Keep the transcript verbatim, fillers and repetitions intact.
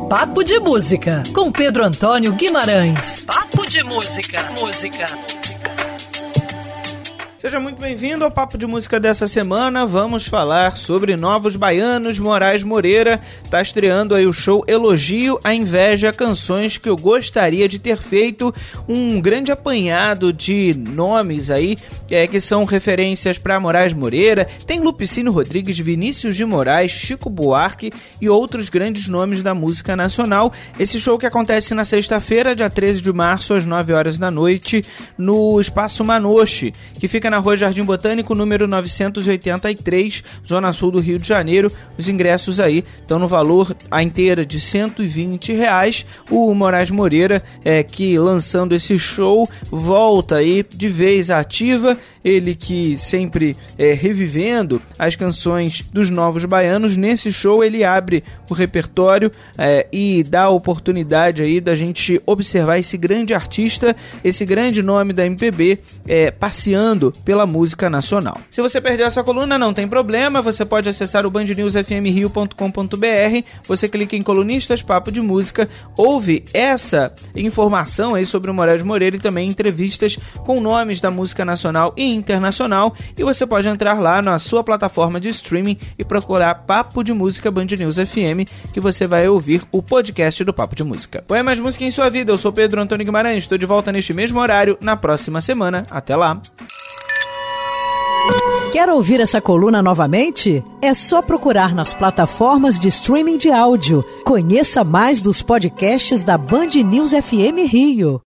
Papo de Música, com Pedro Antônio Guimarães. Papo de Música, música. Seja muito bem-vindo ao Papo de Música dessa semana. Vamos falar sobre Novos Baianos. Moraes Moreira está estreando aí o show Elogio à Inveja, canções que eu gostaria de ter feito. Um grande apanhado de nomes aí é, que são referências para Moraes Moreira. Tem Lupicínio Rodrigues, Vinícius de Moraes, Chico Buarque e outros grandes nomes da música nacional. Esse show que acontece na sexta-feira, dia treze de março, às nove horas da noite, no Espaço Manoche, que fica na Rua Jardim Botânico, número novecentos e oitenta e três, Zona Sul do Rio de Janeiro. Os ingressos aí estão no valor a inteira de cento e vinte reais. O Moraes Moreira, é, que lançando esse show, volta aí de vez ativa. Ele que sempre é, revivendo as canções dos Novos Baianos. Nesse show ele abre o repertório é, e dá a oportunidade aí da gente observar esse grande artista, esse grande nome da M P B, é, passeando pela música nacional. Se você perdeu essa coluna, não tem problema, você pode acessar o band news f m rio ponto com ponto b r, você clica em Colunistas, Papo de Música, ouve essa informação aí sobre o Moraes Moreira e também entrevistas com nomes da música nacional e internacional, e você pode entrar lá na sua plataforma de streaming e procurar Papo de Música Band News F M, que você vai ouvir o podcast do Papo de Música. Põe mais música em sua vida, eu sou Pedro Antônio Guimarães, estou de volta neste mesmo horário, na próxima semana. Até lá! Quer ouvir essa coluna novamente? É só procurar nas plataformas de streaming de áudio. Conheça mais dos podcasts da Band News F M Rio.